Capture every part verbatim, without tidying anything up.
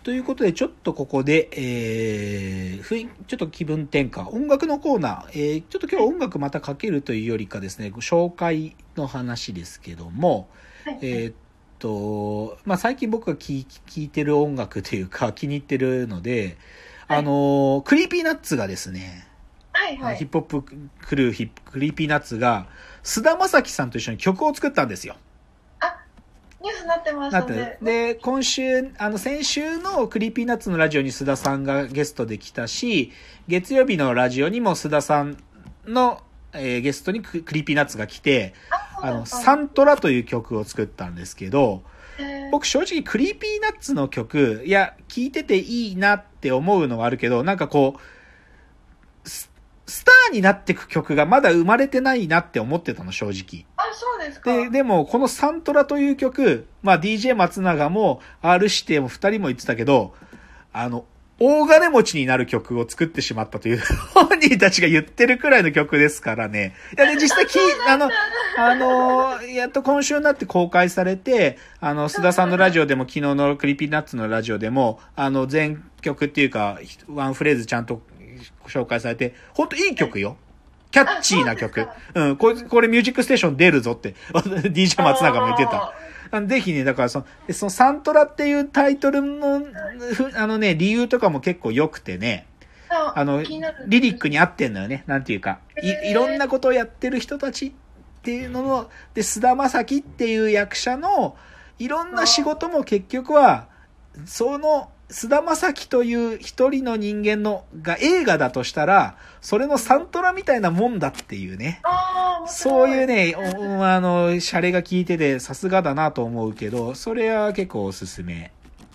ということで、ちょっとここで、えー、ふいちょっと気分転換、音楽のコーナー、えー、ちょっと今日音楽またかけるというよりかですね、ご紹介の話ですけども、 はい、 えーっと、まあ、最近僕が聴いてる音楽というか気に入ってるので、 はい、 あの、クリーピーナッツがですね、 はいはい、 ヒップホップクルーヒップクリーピーナッツが菅田将暉さんと一緒に曲を作ったんですよ。 あ、ニュースになってましたね。 で、今週、あの、先週のクリーピーナッツのラジオに須田さんがゲストで来たし、月曜日のラジオにも須田さんの、えー、ゲストにクリーピーナッツが来て、あの、サントラという曲を作ったんですけど、僕正直クリーピーナッツの曲、いや、聴いてていいなって思うのはあるけど、なんかこう、スターになってく曲がまだ生まれてないなって思ってたの、正直。 あ、そうですか。 で、でも、このサントラという曲、まあ ディージェー 松永も R 指定も二人も言ってたけど、あの、大金持ちになる曲を作ってしまったという本人たちが言ってるくらいの曲ですからね。いや、で、実際き、あの、あの、やっと今週になって公開されて、あの、須田さんのラジオでも昨日のクリーピーナッツのラジオでも、あの、全曲っていうか、ワンフレーズちゃんと紹介されて、ほんといい曲よ。キャッチーな曲。うん、これ、これミュージックステーション出るぞって、ディージェー 松永も言ってた。ぜひね、だからその、そのサントラっていうタイトルの、あのね、理由とかも結構良くてね、あの、リリックに合ってんのよね。なんていうか、い、いろんなことをやってる人たちっていうのの、で、菅田将暉っていう役者の、いろんな仕事も結局は、その、菅田将暉という一人の人間のが映画だとしたら、それのサントラみたいなもんだっていうね。そういうね、あの、シャレが効いててさすがだなと思うけど、それは結構おすすめ。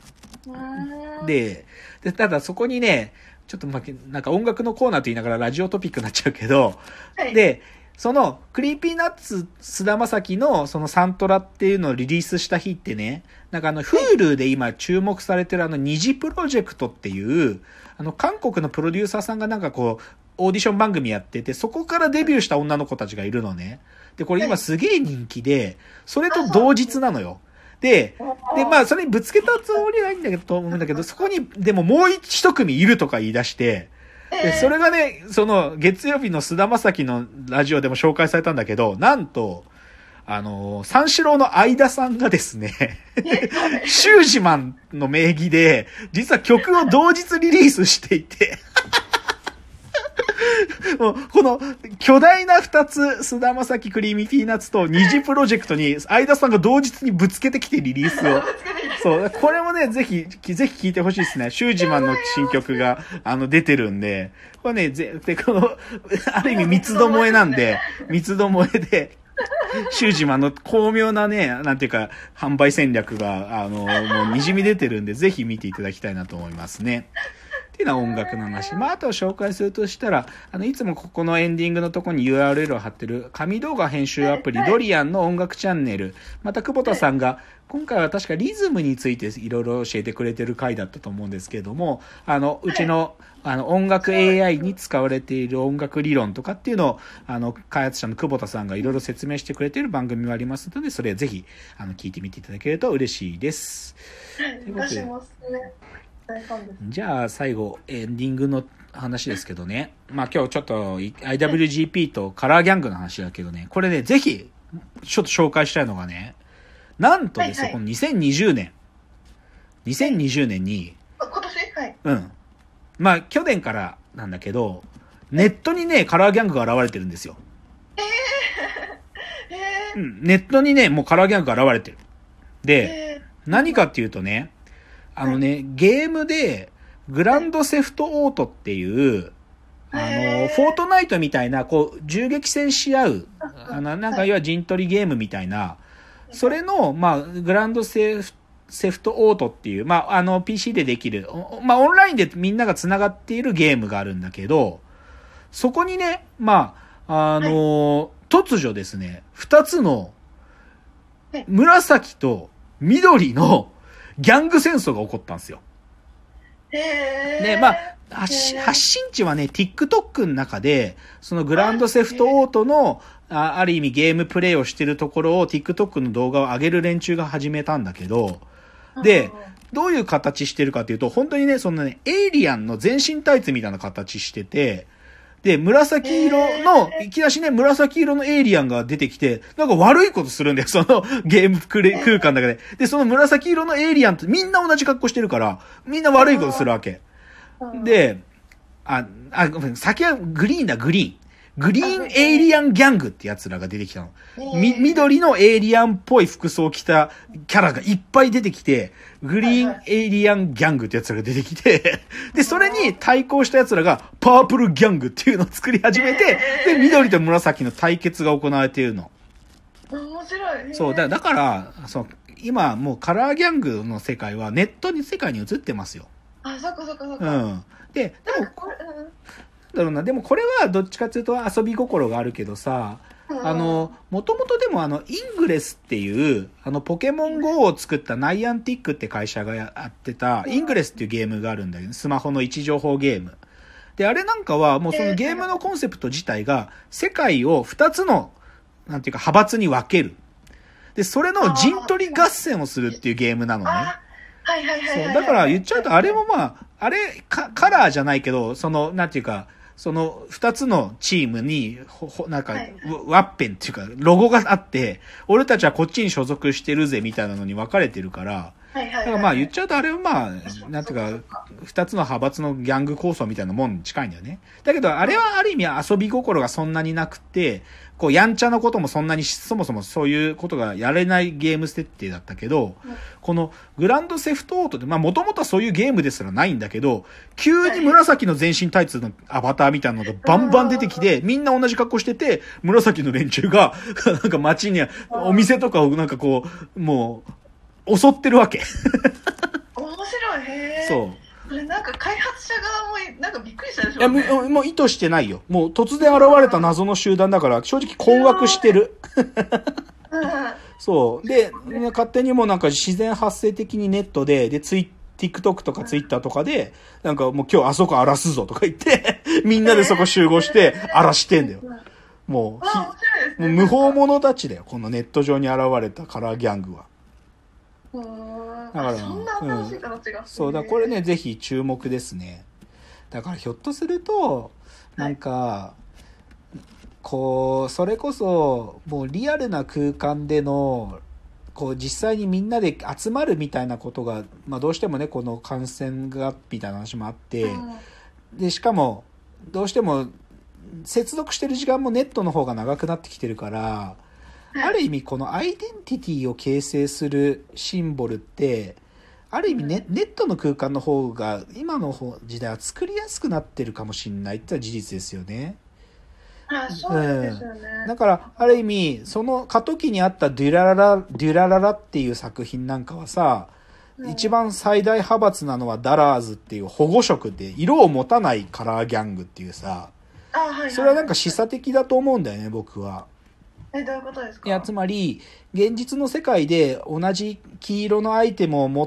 で、でただそこにね、ちょっとま、なんか音楽のコーナーと言いながらラジオトピックになっちゃうけど、はい、で、その、クリーピーナッツ、菅田将暉のそのサントラっていうのをリリースした日ってね、なんかあの、Hulu で今注目されてるあの、二次プロジェクトっていう、あの、韓国のプロデューサーさんがなんかこう、オーディション番組やってて、そこからデビューした女の子たちがいるのね。で、これ今すげえ人気で、それと同日なのよ。で、で、まあ、それにぶつけたつもりないんだけど、と思うんだけど、そこに、でももう一組いるとか言い出して、で、それがね、その、月曜日の菅田将暉のラジオでも紹介されたんだけど、なんと、あの、三四郎の相田さんがですね、シュージマンの名義で、実は曲を同日リリースしていて、もうこの巨大な二つ、菅田将暉クリーミーピーナッツと二次プロジェクトに相田さんが同日にぶつけてきてリリースを。そう、これもね、ぜひ、ぜひ聴いてほしいですね。シュージマンの新曲が、あの、出てるんで、これね、ぜ、で、この、ある意味三つどもえなんで、三つどもえで、シュージマンの巧妙なね、なんていうか、販売戦略が、あの、もう滲み出てるんで、ぜひ見ていただきたいなと思いますね。っていうのは音楽の話。まあ、あと紹介するとしたら、あの、いつもここのエンディングのところに ユーアールエル を貼ってる紙動画編集アプリドリアンの音楽チャンネル。また、久保田さんが、今回は確かリズムについていろいろ教えてくれてる回だったと思うんですけれども、あの、うちの、あの、音楽 エーアイ に使われている音楽理論とかっていうのを、あの、開発者の久保田さんがいろいろ説明してくれている番組もありますので、それぜひ、あの、聞いてみていただけると嬉しいです。 私もね。 じゃあ最後エンディングの話ですけどね、まあ今日ちょっと アイダブリュージーピー とカラーギャングの話だけどね、これねぜひちょっと紹介したいのがね、なんとですよ、はいはい、このにせんにじゅうねんにせんにじゅうねんに今年はいうんまあ去年からなんだけどネットにねカラーギャングが現れてるんですよ。 えー、えー、うんネットにねもうカラーギャングが現れてる。で、えー、何かっていうとね。あのね、はい、ゲームで、グランドセフトオートっていう、あの、フォートナイトみたいな、こう、銃撃戦し合う、あの、なんか、要は陣取りゲームみたいな、それの、まあ、グランドセフ、セフトオートっていう、まあ、あの、ピーシー でできる、まあ、オンラインでみんなが繋がっているゲームがあるんだけど、そこにね、まあ、あの、はい、突如ですね、二つの、紫と緑の、ギャング戦争が起こったんですよ。 へー。 で、まあ、発信地はね、TikTok の中で、そのグランドセフトオートの、あ, ある意味ゲームプレイをしてるところを TikTok の動画を上げる連中が始めたんだけど、で、 どういう形してるかっていうと、本当にね、そのね、エイリアンの全身タイツみたいな形してて、で、紫色の、いきなしね、紫色のエイリアンが出てきて、なんか悪いことするんだよ、そのゲーム空間の中で。で、その紫色のエイリアンってみんな同じ格好してるから、みんな悪いことするわけ。で、あ、あ、ごめん、先はグリーンだ、グリーン。グリーンエイリアンギャングって奴らが出てきたの。み、緑のエイリアンっぽい服装を着たキャラがいっぱい出てきて、グリーンエイリアンギャングって奴らが出てきて、で、それに対抗した奴らがパープルギャングっていうのを作り始めて、で、緑と紫の対決が行われているの。 面白い。 そう、だ、だから、そう、今もうカラーギャングの世界はネットに世界に移ってますよ。 あ、そっかそっかそっか。 うん。で、でも、 これ、うんだろうな。でもこれはどっちかというと遊び心があるけどさ、あの、もともとでもあの、イングレスっていう、あの、ポケモン ゴー を作ったナイアンティックって会社がやってた、イングレスっていうゲームがあるんだけど、スマホの位置情報ゲーム。で、あれなんかはもうそのゲームのコンセプト自体が、世界を二つの、なんていうか派閥に分ける。で、それの陣取り合戦をするっていうゲームなのね。 はいはいはい。 そう。だから言っちゃうと、あれもまあ、あれ、カラーじゃないけど、その、なんていうか、その二つのチームに、ほ、ほ、なんか、ワッペンっていうか、ロゴがあって、俺たちはこっちに所属してるぜみたいなのに分かれてるから、 はいはいはい、 だからまあ言っちゃうとあれはまあ、なんていうか、二つの派閥のギャング構想みたいなもんに近いんだよね。だけどあれはある意味遊び心がそんなになくて、こうやんちゃなこともそんなにそもそもそういうことがやれないゲーム設定だったけど、このグランドセフトオートで、まあもともとはそういうゲームですらないんだけど、急に紫の全身タイツのアバターみたいなのがバンバン出てきて、みんな同じ格好してて、紫の連中が、なんか街にお店とかをなんかこう、もう、襲ってるわけ。 面白い。へー。 そう。 これなんか開発者側もなんかびっくりしたでしょうね。いや、もう、もう意図してないよ。もう突然現れた謎の集団だから、正直困惑してる。そう。で、勝手にもうなんか自然発生的にネットで、で、ツイ TikTok とか Twitter とかで、なんかもう今日あそこ荒らすぞとか言って、みんなでそこ集合して荒らしてんだよ。もう、もう無法者たちだよ。このネット上に現れたカラーギャングは。 だからそんな新しい形が、うん、 そうだ、これねぜひ注目ですね。だからひょっとするとなんか、はい、こうそれこそもうリアルな空間でのこう実際にみんなで集まるみたいなことが、まあ、どうしてもねこの感染がみたいな話もあって、うん、でしかもどうしても接続してる時間もネットの方が長くなってきてるから、ある意味このアイデンティティを形成するシンボルってある意味 ネ, ネットの空間の方が今の時代は作りやすくなってるかもしれないってのは事実ですよね。 あ、そうですよね、 うん、だからある意味その過渡期にあったデュラララデュラララっていう作品なんかはさ、うん、一番最大派閥なのはダラーズっていう保護色で色を持たないカラーギャングっていうさ、 あ、はいはいはい、 それはなんか示唆的だと思うんだよね僕は。 え、どういうことですか？ いや、つまり、現実の世界で同じ黄色のアイテムを持った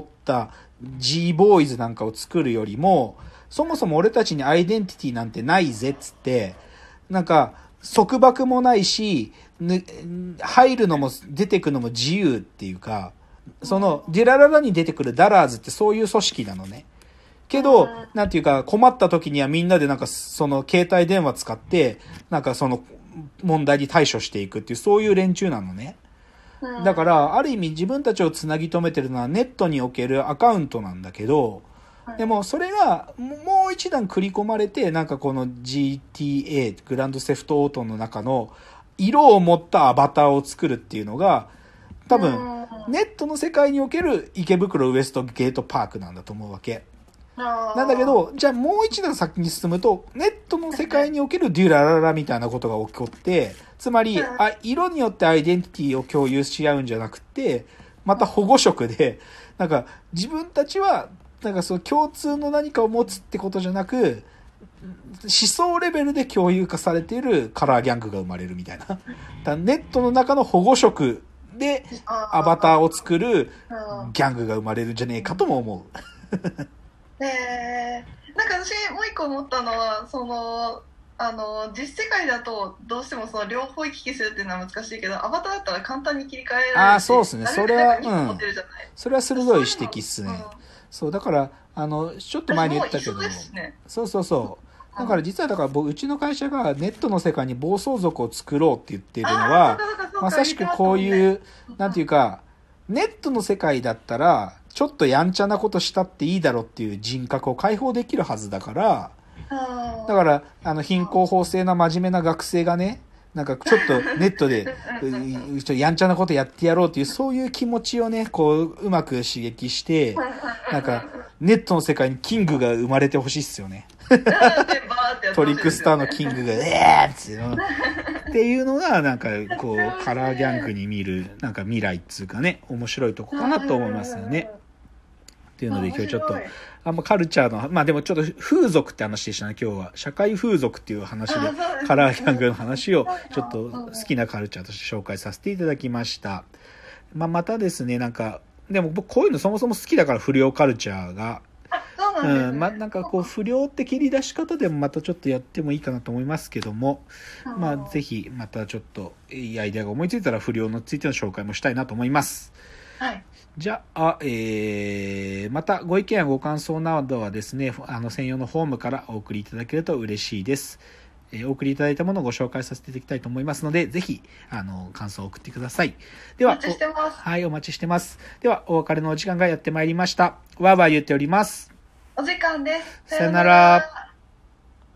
G ボーイズなんかを作るよりも、そもそも俺たちにアイデンティティなんてないぜっつって、なんか、束縛もないし、入るのも出てくのも自由っていうか、その、デュラララに出てくるダラーズってそういう組織なのね。けど、なんていうか、困った時にはみんなでなんか、その携帯電話使って、なんかその、問題に対処していくっていうそういう連中なのね。だからある意味自分たちをつなぎ止めてるのはネットにおけるアカウントなんだけど、でもそれがもう一段繰り込まれてなんかこの ジーティーエー グランドセフトオートの中の色を持ったアバターを作るっていうのが多分ネットの世界における池袋ウエストゲートパークなんだと思うわけ。なんだけど、じゃあもう一段先に進むと、ネットの世界におけるデュラララみたいなことが起こって、つまり、あ、色によってアイデンティティを共有し合うんじゃなくて、また保護色で、なんか自分たちは、なんかその共通の何かを持つってことじゃなく、思想レベルで共有化されているカラーギャングが生まれるみたいな。だネットの中の保護色でアバターを作るギャングが生まれるんじゃねえかとも思う。 えー、なんか私もう一個思ったのはそのあの実世界だとどうしてもその両方行き来するっていうのは難しいけどアバターだったら簡単に切り替えられるし、 ああそうですね、それは、うん、 それは鋭い指摘っすね。 そう、だから、あの、ちょっと前に言ったけど、 もう一緒ですね。 そうそうそう。だから実はだから僕うちの会社がネットの世界に暴走族を作ろうって言っているのはまさしくこういうなんていうかネットの世界だったらちょっとやんちゃなことしたっていいだろうっていう人格を解放できるはずだからだからあの貧困法制な真面目な学生がねなんかちょっとネットでちょっとやんちゃなことやってやろうっていうそういう気持ちをねこううまく刺激してなんかネットの世界にキングが生まれてほしいっすよね。トリックスターのキングがえーっつうのっていうのがなんかこうカラーギャングに見るなんか未来っつうかね面白いとこかなと思いますよね。っていうので今日ちょっとあんまカルチャーのまあでもちょっと風俗って話でしたね今日は社会風俗っていう話でカラーギャングの話をちょっと好きなカルチャーとして紹介させていただきました。まあまたですねなんかでも僕こういうのそもそも好きだから不良カルチャーがうん、まあなんかこう不良って切り出し方でもまたちょっとやってもいいかなと思いますけどもまあぜひまたちょっといいアイデアが思いついたら不良についての紹介もしたいなと思います。 はい。 じゃあ、えー、またご意見やご感想などはですねあの専用のフォームからお送りいただけると嬉しいです。えー、お送りいただいたものをご紹介させていただきたいと思いますのでぜひあの感想を送ってください。ではお待ちしてます。 はいお待ちしてます。ではお別れのお時間がやってまいりました。わーわー言っております。 お時間です。 さよなら。